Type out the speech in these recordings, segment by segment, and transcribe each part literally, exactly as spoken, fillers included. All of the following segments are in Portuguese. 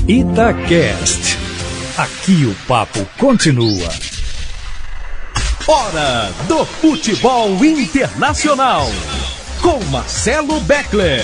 Itacast. Aqui o papo continua. Hora do Futebol Internacional, com Marcelo Beckler.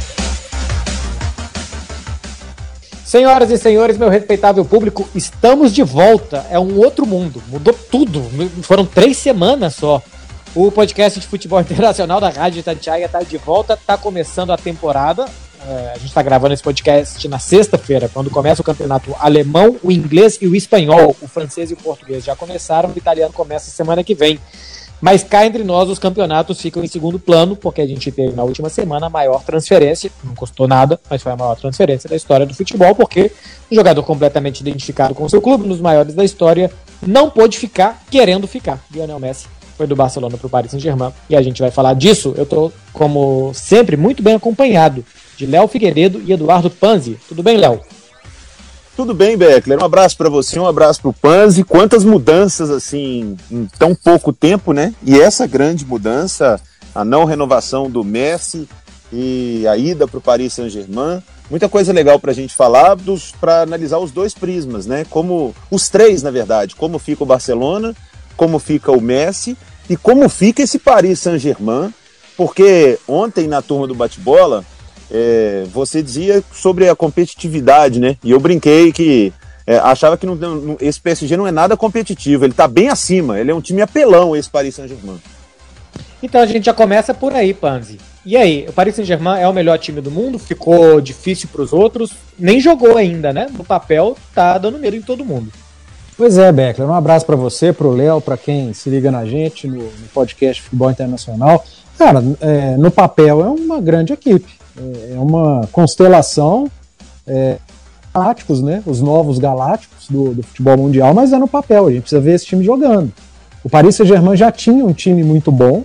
Senhoras e senhores, meu respeitável público, estamos de volta. É um outro mundo, mudou tudo. Foram três semanas só. O podcast de futebol internacional da Rádio Itatiaia está de volta, está começando a temporada. É, a gente está gravando esse podcast na sexta-feira, quando começa o campeonato alemão, o inglês e o espanhol. O francês e o português já começaram, o italiano começa semana que vem. Mas cá entre nós, os campeonatos ficam em segundo plano, porque a gente teve na última semana a maior transferência, não custou nada, mas foi a maior transferência da história do futebol, porque um jogador completamente identificado com o seu clube, um dos maiores da história, não pôde ficar querendo ficar. Lionel Messi foi do Barcelona para o Paris Saint-Germain, e a gente vai falar disso. Eu estou, como sempre, muito bem acompanhado de Léo Figueiredo e Eduardo Panzi. Tudo bem, Léo? Tudo bem, Beckler. Um abraço para você, um abraço para o Panzi. Quantas mudanças, assim, em tão pouco tempo, né? E essa grande mudança, a não renovação do Messi e a ida para o Paris Saint-Germain. Muita coisa legal para a gente falar, para analisar os dois prismas, né? Como, os três, na verdade. Como fica o Barcelona, como fica o Messi e como fica esse Paris Saint-Germain. Porque ontem, na turma do bate-bola, É, você dizia sobre a competitividade, né? E eu brinquei que é, achava que não, não, esse P S G não é nada competitivo, ele tá bem acima, ele é um time apelão, esse Paris Saint-Germain. Então a gente já começa por aí, Panzi. E aí, o Paris Saint-Germain é o melhor time do mundo? Ficou difícil pros outros? Nem jogou ainda, né? No papel tá dando medo em todo mundo. Pois é, Beckler, um abraço para você, pro Léo, para quem se liga na gente no, no podcast Futebol Internacional. Cara, é, no papel é uma grande equipe. É uma constelação é, galácticos, né? Os novos galácticos do, do futebol mundial, mas é no papel, a gente precisa ver esse time jogando. O Paris Saint-Germain já tinha um time muito bom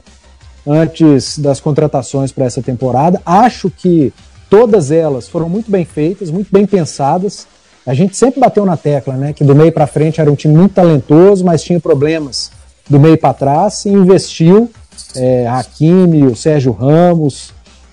antes das contratações para essa temporada. Acho que todas elas foram muito bem feitas, muito bem pensadas. A gente sempre bateu na tecla, né? Que do meio para frente era um time muito talentoso, mas tinha problemas do meio para trás, e investiu é, Hakimi, o Sérgio Ramos,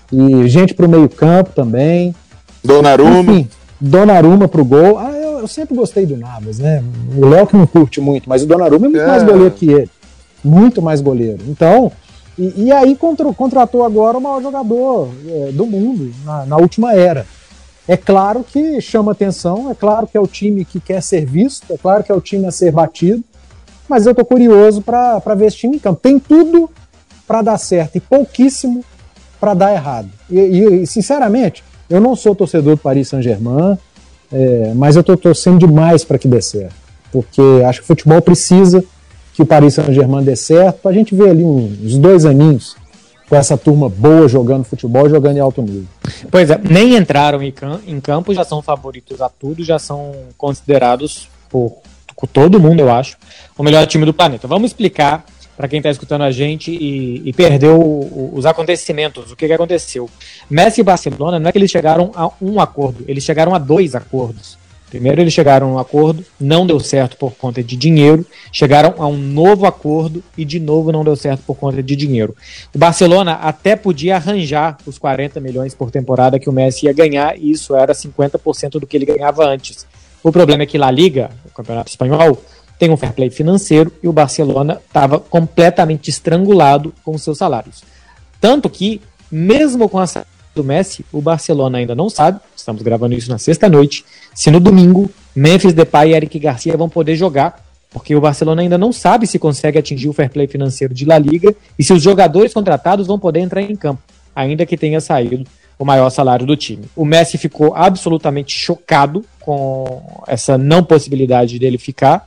e gente pro meio campo também. Donnarumma. Enfim, Donnarumma pro gol. Ah, eu, eu sempre gostei do Navas, né? O Léo que não curte muito, mas o Donnarumma é muito é. mais goleiro que ele. Muito mais goleiro. Então, e, e aí contra, contratou agora o maior jogador é, do mundo, na, na última era. É claro que chama atenção, é claro que é o time que quer ser visto, é claro que é o time a ser batido, mas eu tô curioso para ver esse time em campo. Tem tudo para dar certo e pouquíssimo para dar errado. E, e, sinceramente, eu não sou torcedor do Paris Saint-Germain, é, mas eu estou torcendo demais para que dê certo. Porque acho que o futebol precisa que o Paris Saint-Germain dê certo, para a gente ver ali uns, uns dois aninhos com essa turma boa jogando futebol, jogando em alto nível. Pois é, nem entraram em, cam- em campo, já são favoritos a tudo, já são considerados por, por todo mundo, eu acho, o melhor time do planeta. Vamos explicar para quem está escutando a gente e, e perdeu o, o, os acontecimentos, o que, que aconteceu. Messi e Barcelona, não é que eles chegaram a um acordo, eles chegaram a dois acordos. Primeiro eles chegaram a um acordo, não deu certo por conta de dinheiro, chegaram a um novo acordo e de novo não deu certo por conta de dinheiro. O Barcelona até podia arranjar os quarenta milhões por temporada que o Messi ia ganhar, e isso era cinquenta por cento do que ele ganhava antes. O problema é que La Liga, o campeonato espanhol, tem um fair play financeiro e o Barcelona estava completamente estrangulado com os seus salários. Tanto que, mesmo com a saída do Messi, o Barcelona ainda não sabe, estamos gravando isso na sexta-noite, se no domingo Memphis Depay e Eric Garcia vão poder jogar, porque o Barcelona ainda não sabe se consegue atingir o fair play financeiro de La Liga e se os jogadores contratados vão poder entrar em campo, ainda que tenha saído o maior salário do time. O Messi ficou absolutamente chocado com essa não possibilidade dele ficar,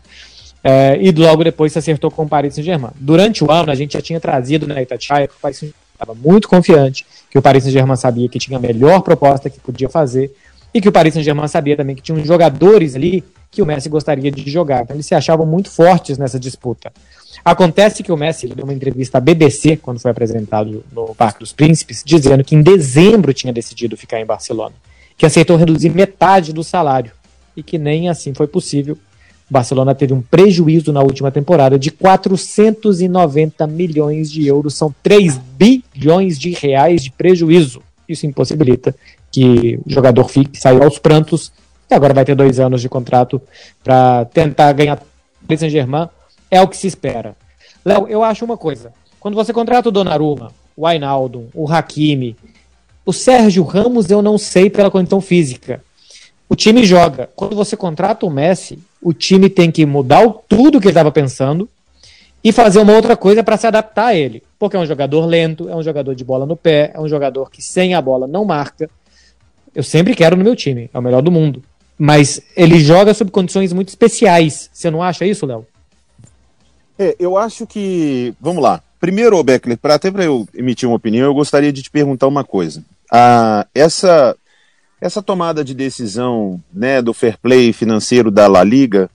É, e logo depois se acertou com o Paris Saint-Germain. Durante o ano, a gente já tinha trazido na Itatiaia que o Paris Saint-Germain estava muito confiante, que o Paris Saint-Germain sabia que tinha a melhor proposta que podia fazer, e que o Paris Saint-Germain sabia também que tinha uns jogadores ali que o Messi gostaria de jogar. Então eles se achavam muito fortes nessa disputa. Acontece que o Messi deu uma entrevista à B B C, quando foi apresentado no Parque dos Príncipes, dizendo que em dezembro tinha decidido ficar em Barcelona, que aceitou reduzir metade do salário, e que nem assim foi possível. O Barcelona teve um prejuízo na última temporada de quatrocentos e noventa milhões de euros, são três bilhões de reais de prejuízo. Isso impossibilita que o jogador fique, saiu aos prantos e agora vai ter dois anos de contrato para tentar ganhar o Paris Saint-Germain, é o que se espera. Léo, eu acho uma coisa, quando você contrata o Donnarumma, o Wijnaldum, o Hakimi, o Sérgio Ramos eu não sei pela condição física. O time joga. Quando você contrata o Messi, o time tem que mudar o, tudo que ele estava pensando e fazer uma outra coisa para se adaptar a ele. Porque é um jogador lento, é um jogador de bola no pé, é um jogador que sem a bola não marca. Eu sempre quero no meu time, é o melhor do mundo. Mas ele joga sob condições muito especiais. Você não acha isso, Léo? É, eu acho que... Vamos lá. Primeiro, Beckler, pra, até para eu emitir uma opinião, eu gostaria de te perguntar uma coisa. Ah, essa, essa tomada de decisão, né, do fair play financeiro da La Liga,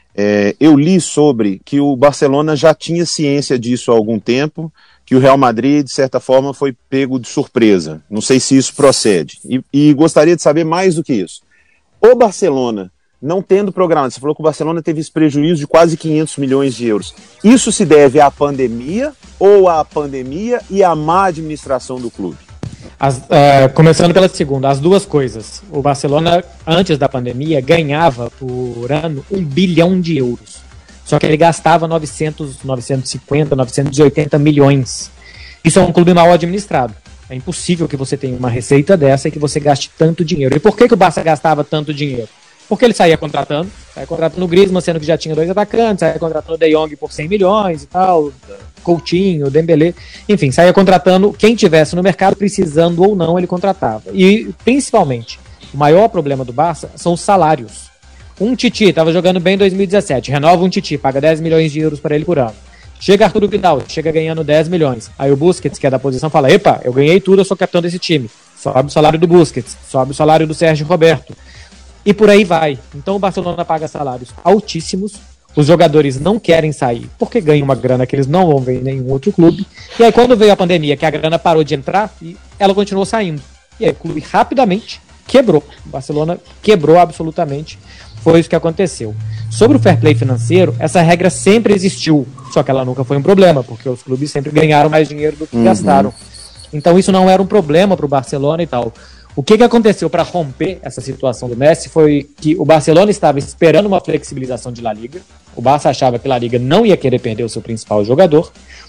é, eu li sobre que o Barcelona já tinha ciência disso há algum tempo, que o Real Madrid, de certa forma, foi pego de surpresa. Não sei se isso procede. E, e gostaria de saber mais do que isso. O Barcelona, não tendo programado, você falou que o Barcelona teve esse prejuízo de quase quinhentos milhões de euros. Isso se deve à pandemia ou à pandemia e à má administração do clube? As, uh, começando pela segunda, as duas coisas. O Barcelona, antes da pandemia, ganhava por ano um bilhão de euros. Só que ele gastava novecentos, novecentos e cinquenta, novecentos e oitenta milhões. Isso é um clube mal administrado. É impossível que você tenha uma receita dessa e que você gaste tanto dinheiro. E por que, que o Barça gastava tanto dinheiro? Porque ele saía contratando, saía contratando o Griezmann, sendo que já tinha dois atacantes, saía contratando o De Jong por cem milhões e tal, Coutinho, Dembélé, enfim, saía contratando quem tivesse no mercado, precisando ou não, ele contratava. E, principalmente, o maior problema do Barça são os salários. Um Titi estava jogando bem em dois mil e dezessete, renova um Titi, paga dez milhões de euros para ele por ano. Chega Arturo Vidal, chega ganhando dez milhões. Aí o Busquets, que é da posição, fala, epa, eu ganhei tudo, eu sou capitão desse time. Sobe o salário do Busquets, sobe o salário do Sérgio Roberto. E por aí vai. Então o Barcelona paga salários altíssimos, os jogadores não querem sair porque ganham uma grana que eles não vão ver em nenhum outro clube. E aí quando veio a pandemia, que a grana parou de entrar, ela continuou saindo. E aí o clube rapidamente quebrou. O Barcelona quebrou absolutamente. Foi isso que aconteceu. Sobre o fair play financeiro, essa regra sempre existiu, só que ela nunca foi um problema, porque os clubes sempre ganharam mais dinheiro do que uhum. gastaram. Então isso não era um problema para o Barcelona e tal. O que, que aconteceu para romper essa situação do Messi foi que o Barcelona estava esperando uma flexibilização de La Liga. O Barça achava que La Liga não ia querer perder o seu principal jogador.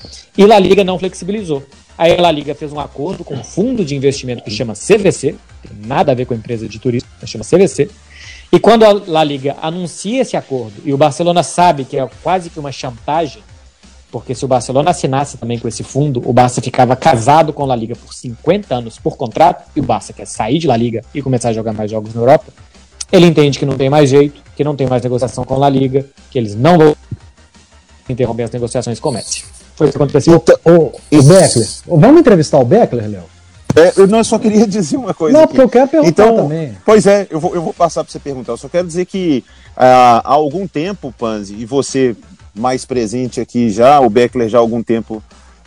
E La Liga não flexibilizou. Aí a La Liga fez um acordo com um fundo de investimento que chama C V C. Tem nada a ver com a empresa de turismo, mas chama C V C. E quando a La Liga anuncia esse acordo, e o Barcelona sabe que é quase que uma chantagem, porque se o Barcelona assinasse também com esse fundo, o Barça ficava casado com a La Liga por cinquenta anos por contrato, e o Barça quer sair de La Liga e começar a jogar mais jogos na Europa, ele entende que não tem mais jeito, que não tem mais negociação com a La Liga, que eles não vão interromper as negociações com o Messi. Foi isso que aconteceu. O, o, o Beckler, vamos entrevistar o Beckler, Léo? É, eu, não, eu só queria dizer uma coisa. Não, aqui. Porque eu quero perguntar então, também. Pois é, eu vou, eu vou passar para você perguntar. Eu só quero dizer que ah, há algum tempo, Panzi, e você mais presente aqui já, o Beckler já há algum tempo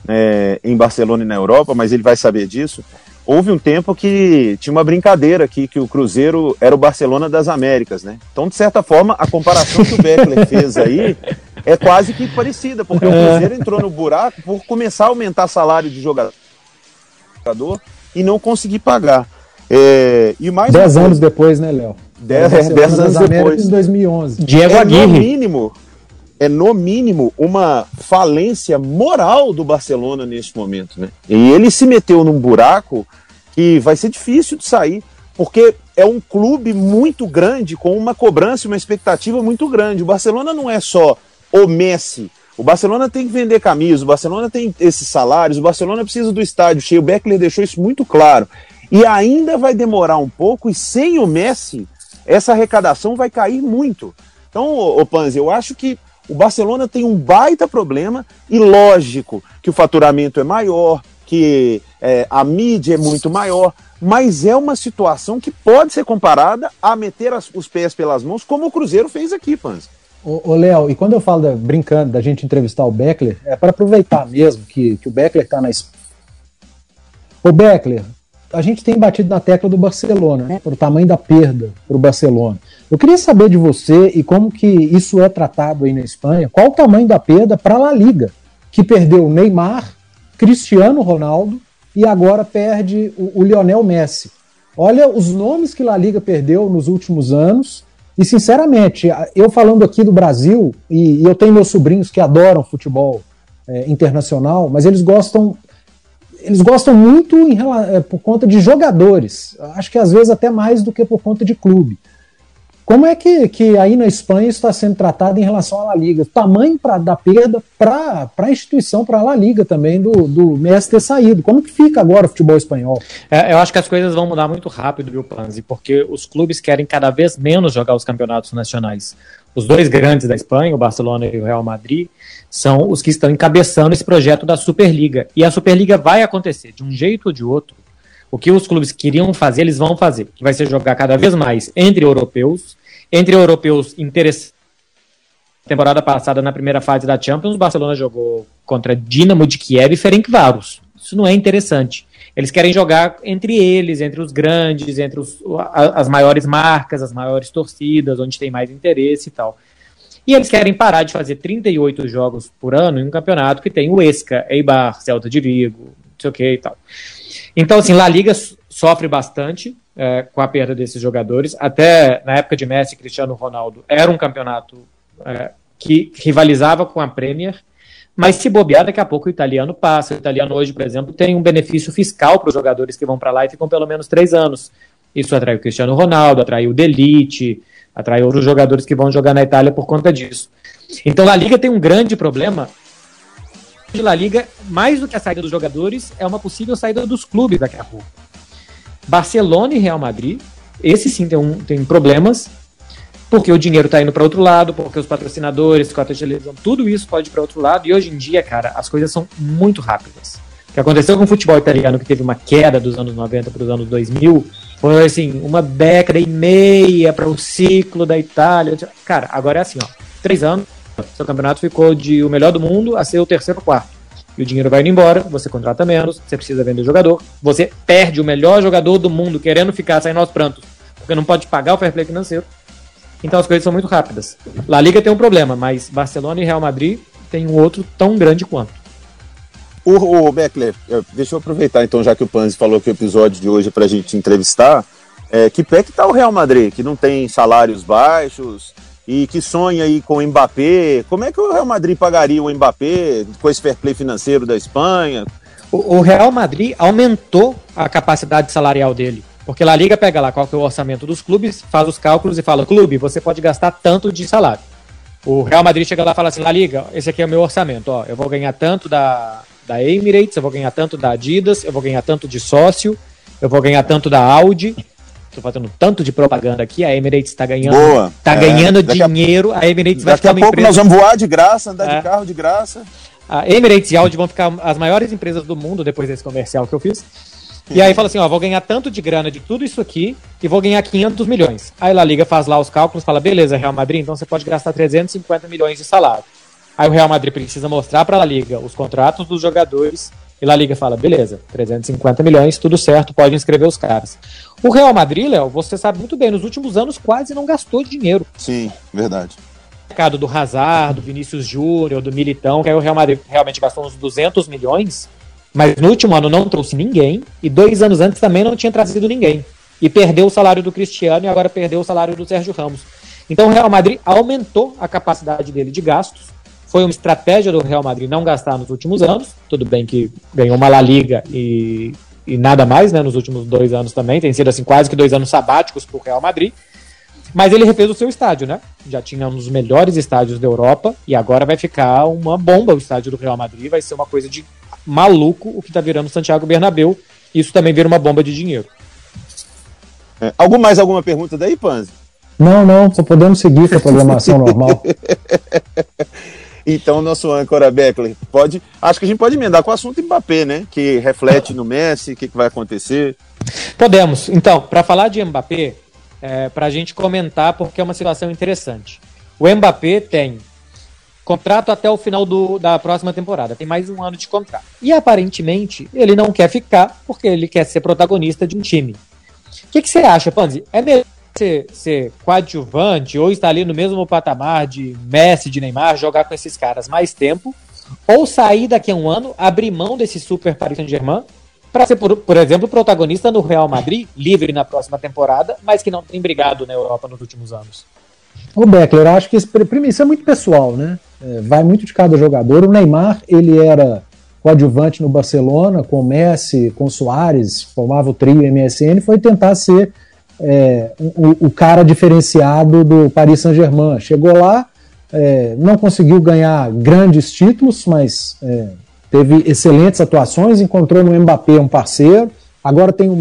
é, em Barcelona e na Europa, mas ele vai saber disso. Houve um tempo que tinha uma brincadeira aqui, que o Cruzeiro era o Barcelona das Américas, né? Então, de certa forma, a comparação que o Beckler fez aí é quase que parecida, porque o Cruzeiro entrou no buraco por começar a aumentar salário de jogador e não conseguir pagar. É, e mais dez anos depois, né, Léo? Dez, é, dez anos depois. Em dois mil e onze. Diego é Aguirre. No mínimo, é no mínimo uma falência moral do Barcelona neste momento, né? E ele se meteu num buraco que vai ser difícil de sair, porque é um clube muito grande, com uma cobrança e uma expectativa muito grande. O Barcelona não é só o Messi. O Barcelona tem que vender camisas, o Barcelona tem esses salários, o Barcelona precisa do estádio cheio. O Beckler deixou isso muito claro. E ainda vai demorar um pouco, e sem o Messi, essa arrecadação vai cair muito. Então, ô, ô Panzi, eu acho que o Barcelona tem um baita problema, e lógico que o faturamento é maior, que é, a mídia é muito maior, mas é uma situação que pode ser comparada a meter as, os pés pelas mãos, como o Cruzeiro fez aqui, Panzi. Ô, ô Léo, e quando eu falo, da, brincando, da gente entrevistar o Beckler, é para aproveitar mesmo que, que o Beckler está na... Ô Beckler, a gente tem batido na tecla do Barcelona, né, por o tamanho da perda para o Barcelona. Eu queria saber de você e como que isso é tratado aí na Espanha, qual o tamanho da perda para a La Liga, que perdeu Neymar, Cristiano Ronaldo e agora perde o, o Lionel Messi. olha os nomes que La Liga perdeu nos últimos anos, e sinceramente, eu falando aqui do Brasil, e, e eu tenho meus sobrinhos que adoram futebol é, internacional, mas eles gostam, eles gostam muito em, é, por conta de jogadores, acho que às vezes até mais do que por conta de clube. Como é que, que aí na Espanha isso está sendo tratado em relação à La Liga? O tamanho pra, da perda para a instituição, para a La Liga também, do, do Messi ter saído. Como que fica agora o futebol espanhol? É, eu acho que as coisas vão mudar muito rápido, viu, Panzi? Porque os clubes querem cada vez menos jogar os campeonatos nacionais. Os dois grandes da Espanha, o Barcelona e o Real Madrid, são os que estão encabeçando esse projeto da Superliga. E a Superliga vai acontecer, de um jeito ou de outro. O que os clubes queriam fazer, eles vão fazer. Que vai ser jogar cada vez mais entre europeus, entre europeus interessantes. Temporada passada, na primeira fase da Champions, o Barcelona jogou contra Dinamo de Kiev e Ferencváros. Isso não é interessante. Eles querem jogar entre eles, entre os grandes, entre os, as maiores marcas, as maiores torcidas, onde tem mais interesse e tal. E eles querem parar de fazer trinta e oito jogos por ano em um campeonato que tem o Huesca, Eibar, Celta de Vigo, não sei o que e tal. Então, assim, La Liga sofre bastante é, com a perda desses jogadores. Até na época de Messi e Cristiano Ronaldo, era um campeonato é, que rivalizava com a Premier, mas se bobear, daqui a pouco o italiano passa. O italiano hoje, por exemplo, tem um benefício fiscal para os jogadores que vão para lá e ficam pelo menos três anos. Isso atrai o Cristiano Ronaldo, atrai o De Ligt, atrai outros jogadores que vão jogar na Itália por conta disso. Então, La Liga tem um grande problema. De La Liga, mais do que a saída dos jogadores, é uma possível saída dos clubes daqui a pouco. Barcelona e Real Madrid, esse sim tem, um, tem problemas, porque o dinheiro está indo para outro lado, porque os patrocinadores, cotas de televisão, tudo isso pode ir para outro lado, e hoje em dia, cara, as coisas são muito rápidas. O que aconteceu com o futebol italiano, que teve uma queda dos anos noventa para os anos dois mil, foi assim, uma década e meia para o ciclo da Itália. Cara, agora é assim, ó, três anos, seu campeonato ficou de o melhor do mundo a ser o terceiro ou quarto. E o dinheiro vai indo embora, você contrata menos, você precisa vender jogador, você perde o melhor jogador do mundo querendo ficar, sair aos prantos, porque não pode pagar o fair play financeiro. Então as coisas são muito rápidas. La Liga tem um problema, mas Barcelona e Real Madrid tem um outro tão grande quanto. O, o Beckler, deixa eu aproveitar então, já que o Panzi falou que o episódio de hoje é pra gente entrevistar, é, que pé que tá o Real Madrid, que não tem salários baixos e que sonha aí com o Mbappé. Como é que o Real Madrid pagaria o Mbappé com esse fair play financeiro da Espanha? O, o Real Madrid aumentou a capacidade salarial dele, porque La Liga pega lá qual que é o orçamento dos clubes, faz os cálculos e fala, clube, você pode gastar tanto de salário. O Real Madrid chega lá e fala assim, La Liga, esse aqui é o meu orçamento, ó, eu vou ganhar tanto da, da Emirates, eu vou ganhar tanto da Adidas, eu vou ganhar tanto de sócio, eu vou ganhar tanto da Audi. Tô fazendo tanto de propaganda aqui, a Emirates tá ganhando, Boa. tá é, ganhando dinheiro, a, a Emirates vai ficar uma empresa... Daqui a pouco nós vamos voar de graça, andar é. de carro de graça. A Emirates e a Audi vão ficar as maiores empresas do mundo depois desse comercial que eu fiz. E aí fala assim, ó, vou ganhar tanto de grana de tudo isso aqui e vou ganhar quinhentos milhões. Aí La Liga faz lá os cálculos, fala, beleza, Real Madrid, então você pode gastar trezentos e cinquenta milhões de salário. Aí o Real Madrid precisa mostrar para a La Liga os contratos dos jogadores e La Liga fala, beleza, trezentos e cinquenta milhões, tudo certo, pode inscrever os caras. O Real Madrid, Léo, você sabe muito bem, nos últimos anos quase não gastou dinheiro. Sim, verdade. O mercado do Hazard, do Vinícius Júnior, do Militão, que aí o Real Madrid realmente gastou uns duzentos milhões, mas no último ano não trouxe ninguém, e dois anos antes também não tinha trazido ninguém. E perdeu o salário do Cristiano e agora perdeu o salário do Sérgio Ramos. Então o Real Madrid aumentou a capacidade dele de gastos. Foi uma estratégia do Real Madrid não gastar nos últimos anos. Tudo bem que ganhou uma La Liga e, e nada mais, né, nos últimos dois anos também. Tem sido assim quase que dois anos sabáticos para o Real Madrid. Mas ele refez o seu estádio, né? Já tinha um dos melhores estádios da Europa e agora vai ficar uma bomba o estádio do Real Madrid. Vai ser uma coisa de maluco o que está virando o Santiago Bernabéu. Isso também vira uma bomba de dinheiro. É, algum, mais alguma pergunta daí, Panzi? Não, não, só podemos seguir com a programação normal. Então, nosso âncora Beckler, pode, acho que a gente pode emendar com o assunto Mbappé, né? Que reflete no Messi, o que, que vai acontecer. Podemos. Então, para falar de Mbappé, é, para a gente comentar, porque é uma situação interessante. O Mbappé tem contrato até o final do, da próxima temporada, tem mais um ano de contrato. E aparentemente, ele não quer ficar, porque ele quer ser protagonista de um time. O que, que você acha, Panzi? É melhor Ser, ser coadjuvante ou estar ali no mesmo patamar de Messi, de Neymar, jogar com esses caras mais tempo, ou sair daqui a um ano, abrir mão desse super Paris Saint-Germain para ser, por, por exemplo, protagonista no Real Madrid, livre na próxima temporada, mas que não tem brigado na Europa nos últimos anos. O Beckler, eu acho que isso, isso é muito pessoal, né? É, vai muito de cada jogador. O Neymar, ele era coadjuvante no Barcelona, com o Messi, com o Suárez, formava o trio M S N, foi tentar ser é, o, o cara diferenciado do Paris Saint-Germain. Chegou lá, é, não conseguiu ganhar grandes títulos, mas é, teve excelentes atuações, encontrou no Mbappé um parceiro, agora tem um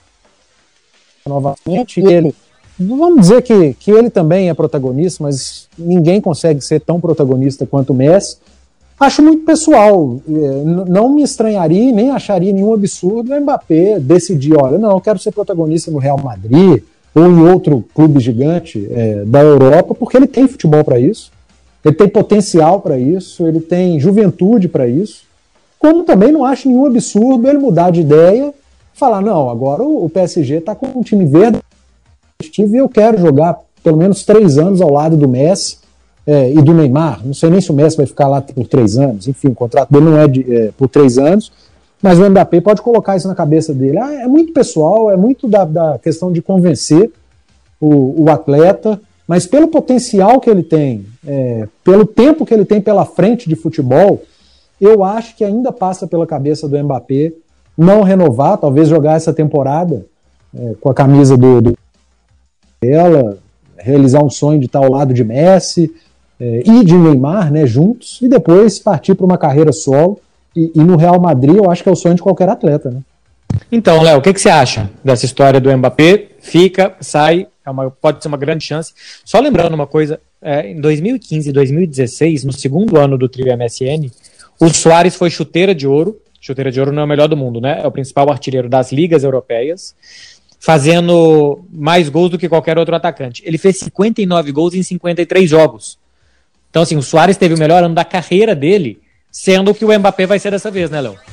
novamente, e ele, vamos dizer que, que ele também é protagonista, mas ninguém consegue ser tão protagonista quanto o Messi. Acho muito pessoal, não me estranharia, nem acharia nenhum absurdo o Mbappé decidir, olha, não, eu quero ser protagonista no Real Madrid ou em outro clube gigante é, da Europa, porque ele tem futebol para isso, ele tem potencial para isso, ele tem juventude para isso, como também não acho nenhum absurdo ele mudar de ideia, falar, não, agora o P S G está com um time verde e eu quero jogar pelo menos três anos ao lado do Messi, É, e do Neymar. Não sei nem se o Messi vai ficar lá por três anos, enfim, o contrato dele não é, de, é por três anos, mas o Mbappé pode colocar isso na cabeça dele. Ah, é muito pessoal, é muito da, da questão de convencer o, o atleta, mas pelo potencial que ele tem, é, pelo tempo que ele tem pela frente de futebol, eu acho que ainda passa pela cabeça do Mbappé não renovar, talvez jogar essa temporada é, com a camisa do, do dela, realizar um sonho de estar ao lado de Messi, É, e de Neymar, né, juntos, e depois partir para uma carreira solo, e, e no Real Madrid eu acho que é o sonho de qualquer atleta, né? Então, Léo, o que, que você acha dessa história do Mbappé? Fica, sai, é uma, pode ser uma grande chance. Só lembrando uma coisa, é, em dois mil e quinze e dois mil e dezesseis, no segundo ano do trio M S N, o Suárez foi chuteira de ouro, chuteira de ouro não é o melhor do mundo, né? É o principal artilheiro das ligas europeias, fazendo mais gols do que qualquer outro atacante. Ele fez cinquenta e nove gols em cinquenta e três jogos. Então, assim, o Suárez teve o melhor ano da carreira dele, sendo que o Mbappé vai ser dessa vez, né, Léo?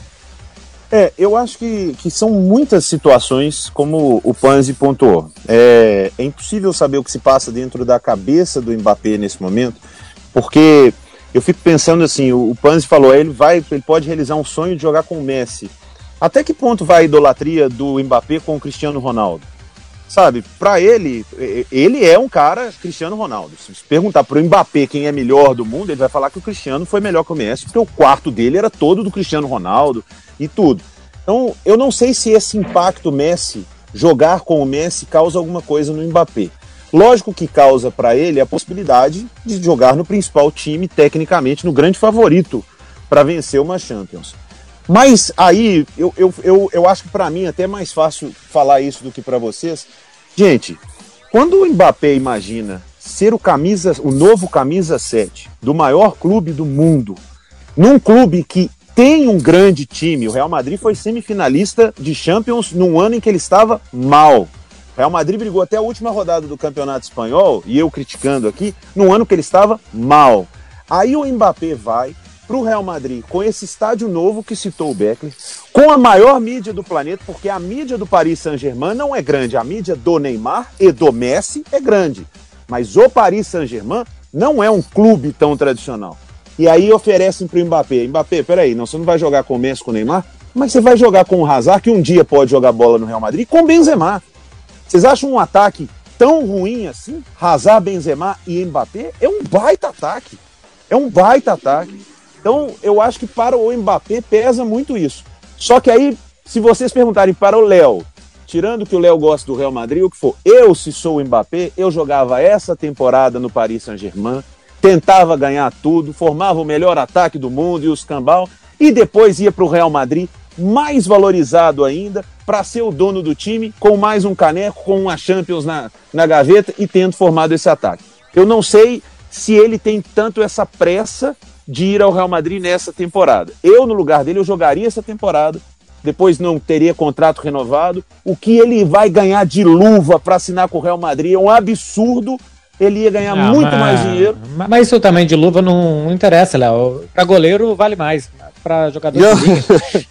É, eu acho que, que são muitas situações, como o Panzi pontuou. É, é impossível saber o que se passa dentro da cabeça do Mbappé nesse momento, porque eu fico pensando assim, o, o Panzi falou, ele, vai, ele pode realizar um sonho de jogar com o Messi. Até que ponto vai a idolatria do Mbappé com o Cristiano Ronaldo? Sabe, pra ele, ele é um cara Cristiano Ronaldo. Se perguntar pro Mbappé quem é melhor do mundo, ele vai falar que o Cristiano foi melhor que o Messi, porque o quarto dele era todo do Cristiano Ronaldo e tudo. Então, eu não sei se esse impacto Messi, jogar com o Messi, causa alguma coisa no Mbappé. Lógico que causa pra ele a possibilidade de jogar no principal time, tecnicamente, no grande favorito para vencer uma Champions. Mas aí, eu, eu, eu, eu acho que para mim é até mais fácil falar isso do que para vocês. Gente, quando o Mbappé imagina ser o, camisa, o novo camisa sete do maior clube do mundo, num clube que tem um grande time, o Real Madrid foi semifinalista de Champions num ano em que ele estava mal. O Real Madrid brigou até a última rodada do Campeonato Espanhol, e eu criticando aqui, num ano que ele estava mal. Aí o Mbappé vai para o Real Madrid, com esse estádio novo que citou o Beckler, com a maior mídia do planeta, porque a mídia do Paris Saint-Germain não é grande, a mídia do Neymar e do Messi é grande, mas o Paris Saint-Germain não é um clube tão tradicional. E aí oferecem para o Mbappé, Mbappé, peraí, não, você não vai jogar com o Messi, com o Neymar, mas você vai jogar com o Hazard, que um dia pode jogar bola no Real Madrid, com o Benzema. Vocês acham um ataque tão ruim assim? Hazard, Benzema e Mbappé é um baita ataque, é um baita ataque. Então, eu acho que para o Mbappé pesa muito isso. Só que aí, se vocês perguntarem para o Léo, tirando que o Léo gosta do Real Madrid, o que for, eu, se sou o Mbappé, eu jogava essa temporada no Paris Saint-Germain, tentava ganhar tudo, formava o melhor ataque do mundo e os cambal, e depois ia para o Real Madrid, mais valorizado ainda, para ser o dono do time, com mais um caneco, com uma Champions na, na gaveta e tendo formado esse ataque. Eu não sei se ele tem tanto essa pressa de ir ao Real Madrid nessa temporada. Eu, no lugar dele, eu jogaria essa temporada, depois não teria contrato renovado. O que ele vai ganhar de luva para assinar com o Real Madrid é um absurdo. Ele ia ganhar não, muito mas, mais dinheiro. Mas isso também de luva não, não interessa, Léo. Para goleiro vale mais, para jogador de liga.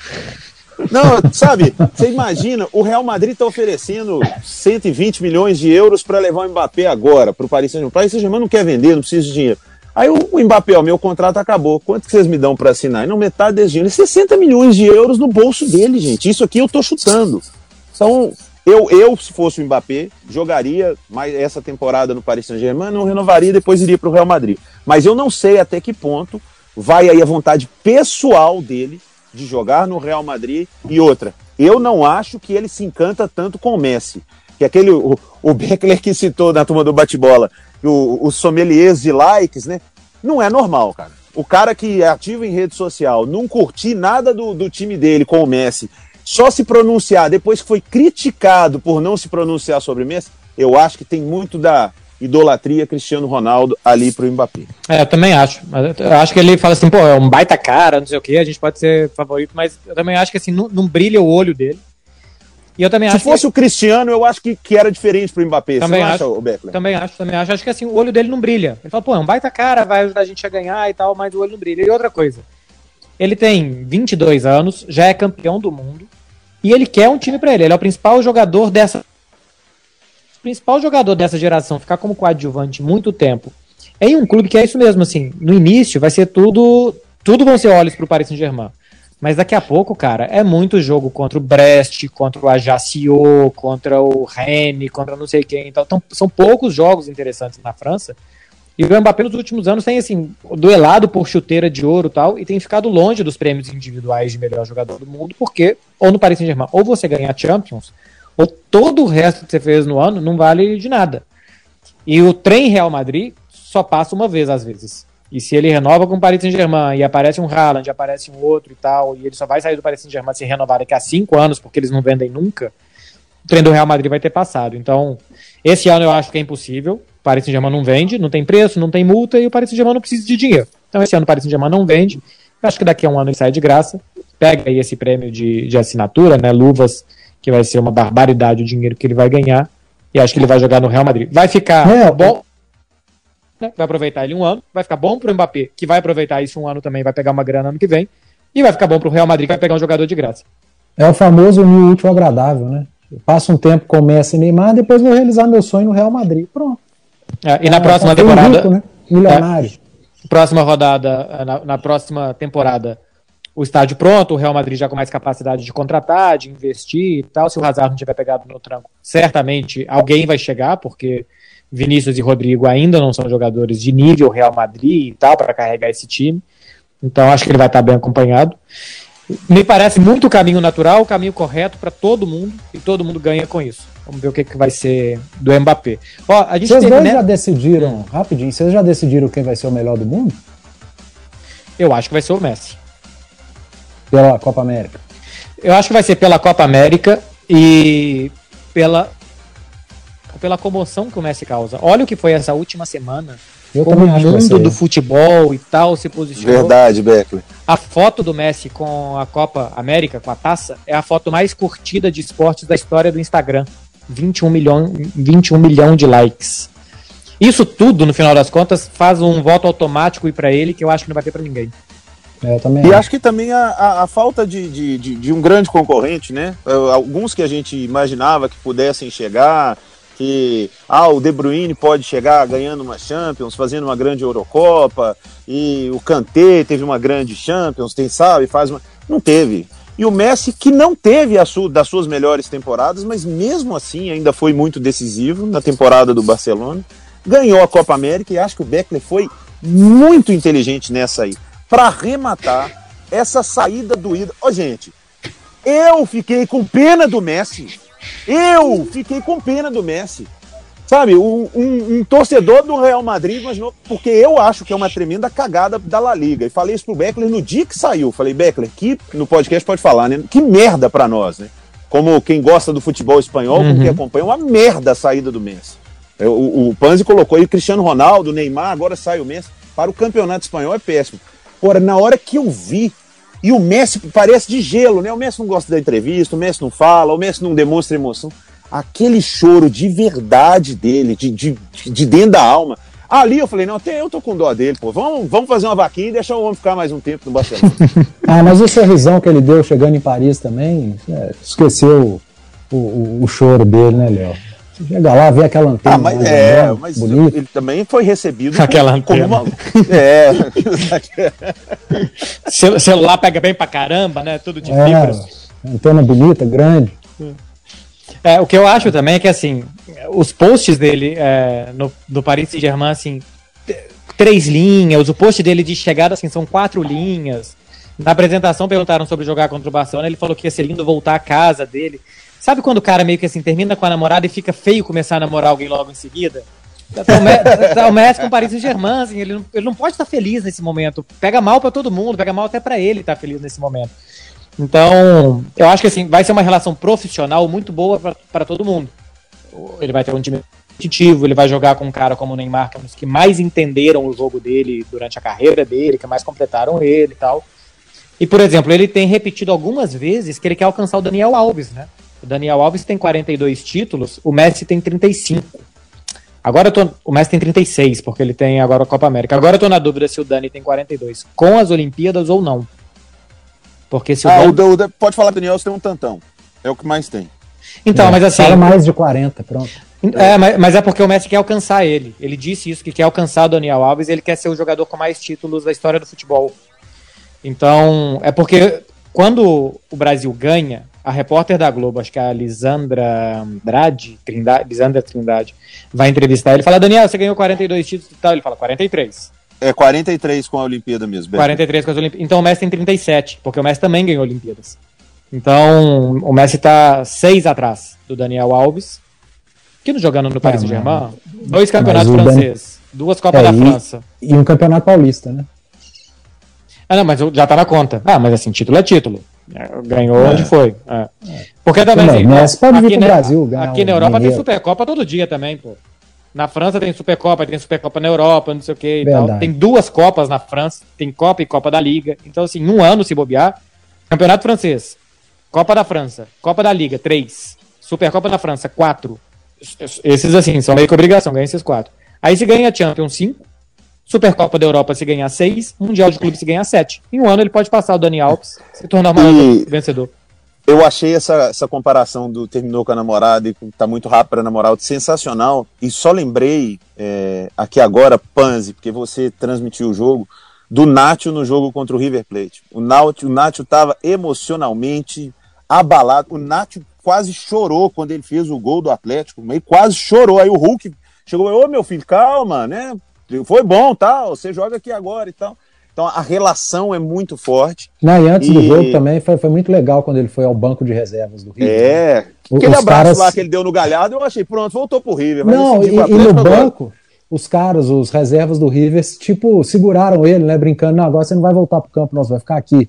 Não, sabe, você imagina, o Real Madrid está oferecendo cento e vinte milhões de euros para levar o Mbappé agora para o Paris Saint-Germain. O Paris Saint-Germain não quer vender, não precisa de dinheiro. Aí o, o Mbappé, ó, meu contrato acabou, quanto que vocês me dão para assinar? E não, metade desse dinheiro, sessenta milhões de euros no bolso dele, gente, isso aqui eu tô chutando. Então, eu, eu se fosse o Mbappé, jogaria mais essa temporada no Paris Saint-Germain, não renovaria, depois iria pro Real Madrid. Mas eu não sei até que ponto vai aí a vontade pessoal dele de jogar no Real Madrid. E outra, eu não acho que ele se encanta tanto com o Messi, que aquele, o, o Beckler que citou na turma do bate-bola, os sommeliers de likes, né? Não é normal, cara. O cara que é ativo em rede social, não curtir nada do, do time dele com o Messi, só se pronunciar depois que foi criticado por não se pronunciar sobre o Messi, eu acho que tem muito da idolatria Cristiano Ronaldo ali pro Mbappé. É, eu também acho. Eu acho que ele fala assim, pô, é um baita cara, não sei o que, a gente pode ser favorito, mas eu também acho que assim, não, não brilha o olho dele. E eu também Se acho fosse que... o Cristiano, eu acho que, que era diferente pro Mbappé. Também Você não acho, acha, o Beckler? Também acho, também acho. Acho que assim, o olho dele não brilha. Ele fala, pô, é um baita cara, vai ajudar a gente a ganhar e tal, mas o olho não brilha. E outra coisa, ele tem vinte e dois anos, já é campeão do mundo, e ele quer um time pra ele. Ele é o principal jogador dessa... O principal jogador dessa geração, ficar como coadjuvante muito tempo, em um clube que é isso mesmo, assim, no início vai ser tudo... Tudo vão ser olhos pro Paris Saint-Germain. Mas daqui a pouco, cara, é muito jogo contra o Brest, contra o Ajaccio, contra o Rennes, contra não sei quem. Então, então, são poucos jogos interessantes na França. E o Mbappé nos últimos anos tem, assim, duelado por chuteira de ouro e tal, e tem ficado longe dos prêmios individuais de melhor jogador do mundo, porque, ou no Paris Saint-Germain, ou você ganha a Champions, ou todo o resto que você fez no ano não vale de nada. E o trem Real Madrid só passa uma vez, às vezes. E se ele renova com o Paris Saint-Germain e aparece um Haaland, aparece um outro e tal, e ele só vai sair do Paris Saint-Germain se renovar daqui a cinco anos, porque eles não vendem nunca, o trem do Real Madrid vai ter passado. Então, esse ano eu acho que é impossível. O Paris Saint-Germain não vende, não tem preço, não tem multa, e o Paris Saint-Germain não precisa de dinheiro. Então, esse ano o Paris Saint-Germain não vende. Eu acho que daqui a um ano ele sai de graça. Pega aí esse prêmio de, de assinatura, né, luvas, que vai ser uma barbaridade o dinheiro que ele vai ganhar, e acho que ele vai jogar no Real Madrid. Vai ficar é, bom... Vai aproveitar ele um ano, vai ficar bom pro Mbappé, que vai aproveitar isso um ano também, vai pegar uma grana ano que vem, e vai ficar bom pro Real Madrid, que vai pegar um jogador de graça. É o famoso unir o útil ao agradável, né? Eu passo um tempo com o Messi e Neymar, depois vou realizar meu sonho no Real Madrid. Pronto. É, e na é, próxima temporada... Rico, né? Milionário. É, próxima rodada, na, na próxima temporada, o estádio pronto, o Real Madrid já com mais capacidade de contratar, de investir e tal. Se o Hazard não tiver pegado no tranco, certamente alguém vai chegar, porque Vinícius e Rodrigo ainda não são jogadores de nível Real Madrid e tal, para carregar esse time. Então acho que ele vai estar bem acompanhado. Me parece muito o caminho natural, o caminho correto para todo mundo, e todo mundo ganha com isso. Vamos ver o que, que vai ser do Mbappé. Ó, a gente vocês teve, dois né? já decidiram, rapidinho, vocês já decidiram quem vai ser o melhor do mundo? Eu acho que vai ser o Messi. Pela Copa América? Eu acho que vai ser pela Copa América e pela, pela comoção que o Messi causa. Olha o que foi essa última semana. Eu como o mundo do futebol e tal se posicionou. Verdade, Beckler. A foto do Messi com a Copa América, com a taça, é a foto mais curtida de esportes da história do Instagram. vinte e um milhão, vinte e um milhão de likes. Isso tudo, no final das contas, faz um voto automático ir para ele, que eu acho que não vai ter para ninguém. É, eu também e acho. acho que também a, a, a falta de, de, de, de um grande concorrente, né? Alguns que a gente imaginava que pudessem chegar, que ah, o De Bruyne pode chegar ganhando uma Champions, fazendo uma grande Eurocopa, e o Kanté teve uma grande Champions, quem sabe, faz uma... Não teve. E o Messi, que não teve a sua, das suas melhores temporadas, mas mesmo assim ainda foi muito decisivo na temporada do Barcelona, ganhou a Copa América, e acho que o Beckler foi muito inteligente nessa aí, para arrematar essa saída do ídolo. Ô, gente, eu fiquei com pena do Messi. Eu fiquei com pena do Messi. Sabe, um, um, um torcedor do Real Madrid imaginou, porque eu acho que é uma tremenda cagada da La Liga. E falei isso pro Beckler no dia que saiu. Falei, Beckler, que no podcast pode falar, né? Que merda pra nós, né? Como quem gosta do futebol espanhol, uhum. como quem acompanha, uma merda a saída do Messi. O, o, o Panzi colocou aí Cristiano Ronaldo, Neymar, agora sai o Messi. Para o campeonato espanhol é péssimo. Porra, na hora que eu vi, e o Messi parece de gelo, né? O Messi não gosta da entrevista, o Messi não fala, o Messi não demonstra emoção. Aquele choro de verdade dele, de, de, de dentro da alma. Ali eu falei, não, até eu tô com dó dele, pô. Vamos, vamos fazer uma vaquinha e deixar o homem ficar mais um tempo no Barcelona. Ah, mas o sorrisão que ele deu chegando em Paris também, é, esqueceu o, o, o choro dele, né, Léo? Chega lá, vê aquela antena. Ah, mas, lá, é, né, mas bonito. ele também foi recebido aquela como, antena. como uma... É. O celular pega bem pra caramba, né? Tudo de É, fibra. antena bonita, grande. É, o que eu acho também é que, assim, os posts dele é, no, do Paris Saint-Germain, assim, três linhas, o post dele de chegada, assim, são quatro linhas. Na apresentação perguntaram sobre jogar contra o Barcelona, ele falou que ia ser lindo voltar à casa dele. Sabe quando o cara meio que, assim, termina com a namorada e fica feio começar a namorar alguém logo em seguida? Tá o Messi com o Paris Saint-Germain, assim, ele, não, ele não pode estar feliz nesse momento. Pega mal pra todo mundo, pega mal até pra ele estar feliz nesse momento. Então, eu acho que assim, vai ser uma relação profissional muito boa para todo mundo. Ele vai ter um time competitivo, ele vai jogar com um cara como o Neymar, que é um dos que mais entenderam o jogo dele durante a carreira dele, que mais completaram ele e tal. E, por exemplo, ele tem repetido algumas vezes que ele quer alcançar o Daniel Alves, né? O Daniel Alves tem quarenta e dois títulos, o Messi tem trinta e cinco. Agora eu tô, o Messi tem trinta e seis, porque ele tem agora a Copa América. Agora eu tô na dúvida se o Dani tem quarenta e dois com as Olimpíadas ou não. Porque se o, ah, Dani... o, o pode falar, Daniel, você tem um tantão. É o que mais tem. Então, é, mas assim... Fala mais de quarenta, pronto. É, mas, mas é porque o Messi quer alcançar ele. Ele disse isso, que quer alcançar o Daniel Alves e ele quer ser o jogador com mais títulos da história do futebol. Então, é porque quando o Brasil ganha, a repórter da Globo, acho que é a Lisandra Andrade, Trindade, Lisandra Trindade, vai entrevistar ele e fala: Daniel, você ganhou quarenta e dois títulos e tal. Ele fala: quarenta e três. É quarenta e três com a Olimpíada mesmo. quarenta e três com as Olimpíadas. Então o Messi tem trinta e sete, porque o Messi também ganhou Olimpíadas. Então o Messi tá seis atrás do Daniel Alves, que não jogando no Paris Saint-Germain, dois campeonatos franceses, Dan... duas Copas é, da e, França. E um campeonato paulista, né? Ah, não, mas já tá na conta. Ah, mas assim, título é título. Ganhou é. onde foi. É. Porque também, não, assim, mas pode vir aqui, pro né, Brasil ganhar aqui na Europa mineiro. Tem Supercopa todo dia também, pô. Na França tem Supercopa, tem Supercopa na Europa, não sei o que e tal. Tem duas Copas na França, tem Copa e Copa da Liga. Então, assim, um ano, se bobear, Campeonato Francês, Copa da França, Copa da Liga, três. Supercopa da França, quatro. Esses, assim, são meio que obrigação, ganha esses quatro. Aí se ganha a Champions, cinco. Supercopa da Europa se ganhar seis. Mundial de Clube se ganhar sete. Em um ano ele pode passar o Dani Alves e se tornar o maior e... vencedor. Eu achei essa, essa comparação do terminou com a namorada e tá muito rápido para namorar sensacional. E só lembrei é, aqui agora, Panzi, porque você transmitiu o jogo, do Nacho no jogo contra o River Plate. O Nacho, o Nacho tava emocionalmente abalado. O Nacho quase chorou quando ele fez o gol do Atlético. Meio quase chorou. Aí o Hulk chegou e falou: ô meu filho, calma, né? Foi bom, tá? Você joga aqui agora e tal. Então a relação é muito forte. Não, e antes e... do jogo também foi, foi muito legal quando ele foi ao banco de reservas do River. É, o, aquele abraço caras... lá que ele deu no Galhardo, eu achei, pronto, voltou pro River. Não, e, e no banco, os caras, os reservas do River, tipo, seguraram ele, né, brincando: não, agora você não vai voltar pro campo, nós vai ficar aqui.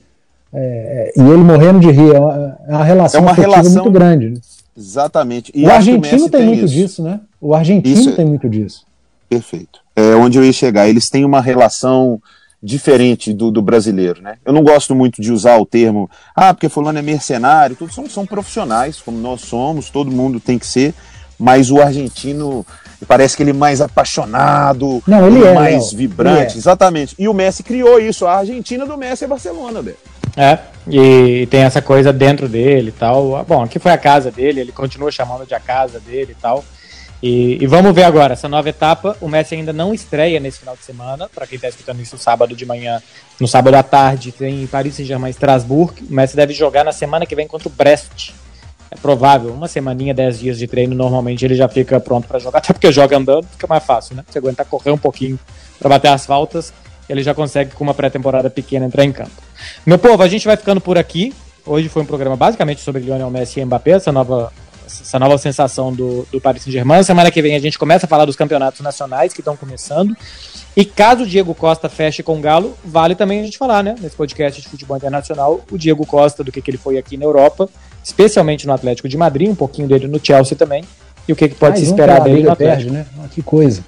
É, e ele morrendo de rir, é uma, é uma relação, é uma relação muito grande. Né? Exatamente. E o argentino tem, tem muito isso. disso, né? O argentino isso tem é... muito disso. Perfeito. É onde eu ia chegar. Eles têm uma relação diferente do, do brasileiro, né? Eu não gosto muito de usar o termo, ah, porque fulano é mercenário, todos são, são profissionais, como nós somos, todo mundo tem que ser, mas o argentino parece que ele é mais apaixonado, não, ele é, mais não, vibrante, é. Exatamente. E o Messi criou isso, a Argentina do Messi é Barcelona, velho. É, e tem essa coisa dentro dele e tal. Bom, aqui foi a casa dele, ele continua chamando de a casa dele e tal. E, e vamos ver agora, essa nova etapa. O Messi ainda não estreia nesse final de semana. Para quem está escutando isso, sábado de manhã, no sábado à tarde, tem Paris Saint-Germain e Strasbourg. O Messi deve jogar na semana que vem contra o Brest. É provável, uma semaninha, dez dias de treino, normalmente ele já fica pronto para jogar. Até porque joga andando, fica mais fácil, né? Você aguentar correr um pouquinho para bater as faltas, ele já consegue, com uma pré-temporada pequena, entrar em campo. Meu povo, a gente vai ficando por aqui. Hoje foi um programa basicamente sobre Lionel Messi e Mbappé, essa nova... essa nova sensação do, do Paris Saint-Germain. Semana que vem a gente começa a falar dos campeonatos nacionais que estão começando. E caso o Diego Costa feche com o Galo, vale também a gente falar, né? Nesse podcast de futebol internacional, o Diego Costa, do que, que ele foi aqui na Europa, especialmente no Atlético de Madrid, um pouquinho dele no Chelsea também, e o que, que pode Mais se esperar um dele no Atlético. Perde, né? Ah, que coisa.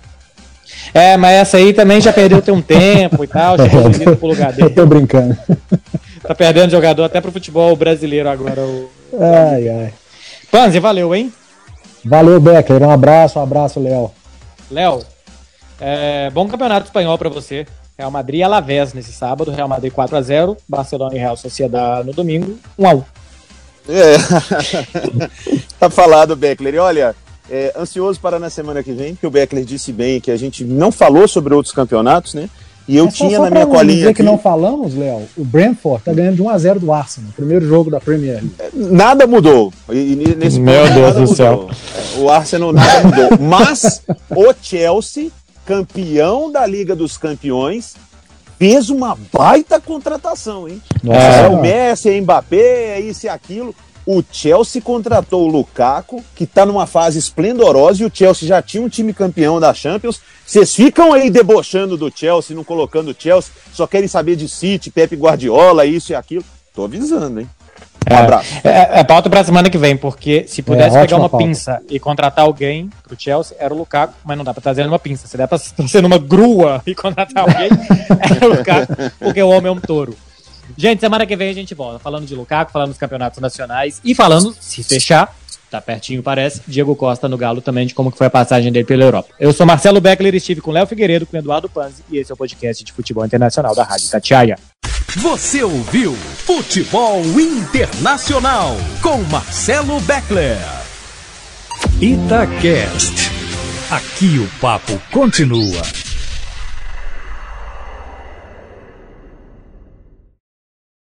É, mas essa aí também já perdeu tem um tempo e tal, chegou é, pro lugar dele. Eu tô brincando. Tá perdendo jogador até pro futebol brasileiro agora. O... Ai, ai. Panzi, valeu, hein? Valeu, Beckler. Um abraço, um abraço, Léo. Léo, é, bom campeonato espanhol pra você. Real Madrid e Alavés nesse sábado. Real Madrid quatro a zero. Barcelona e Real Sociedad no domingo. um a um. É. Tá falado, Beckler. E olha, É, ansioso para na semana que vem, porque o Beckler disse bem que a gente não falou sobre outros campeonatos, né? E eu Mas só, tinha só na minha pra colinha dizer aqui... que não falamos, Léo, o Brentford tá ganhando de um a zero do Arsenal, primeiro jogo da Premier League. Nada mudou. E, e nesse Meu ponto, Deus nada do mudou. céu. É, o Arsenal nada mudou. Mas o Chelsea, campeão da Liga dos Campeões, fez uma baita contratação, hein? Nossa, É, é. o Messi, é Mbappé, é isso e aquilo. O Chelsea contratou o Lukaku, que está numa fase esplendorosa, e o Chelsea já tinha um time campeão da Champions. Vocês ficam aí debochando do Chelsea, não colocando o Chelsea, só querem saber de City, Pepe Guardiola, isso e aquilo. Tô avisando, hein? Um É, abraço. é, é pauta pra semana que vem, porque se pudesse É, pegar ótima uma pauta. pinça e contratar alguém pro Chelsea, era o Lukaku, mas não dá pra trazer numa pinça. Se der pra trazer numa grua e contratar alguém, era o Lukaku, porque o homem é um touro. Gente, semana que vem a gente volta, falando de Lukaku, falando dos campeonatos nacionais e falando, se fechar, tá pertinho parece, Diego Costa no Galo também, de como que foi a passagem dele pela Europa. Eu sou Marcelo Beckler, estive com Léo Figueiredo, com Eduardo Panzi, e esse é o podcast de futebol internacional da Rádio Itatiaia. Você ouviu Futebol Internacional com Marcelo Beckler. Itacast. Aqui o papo continua.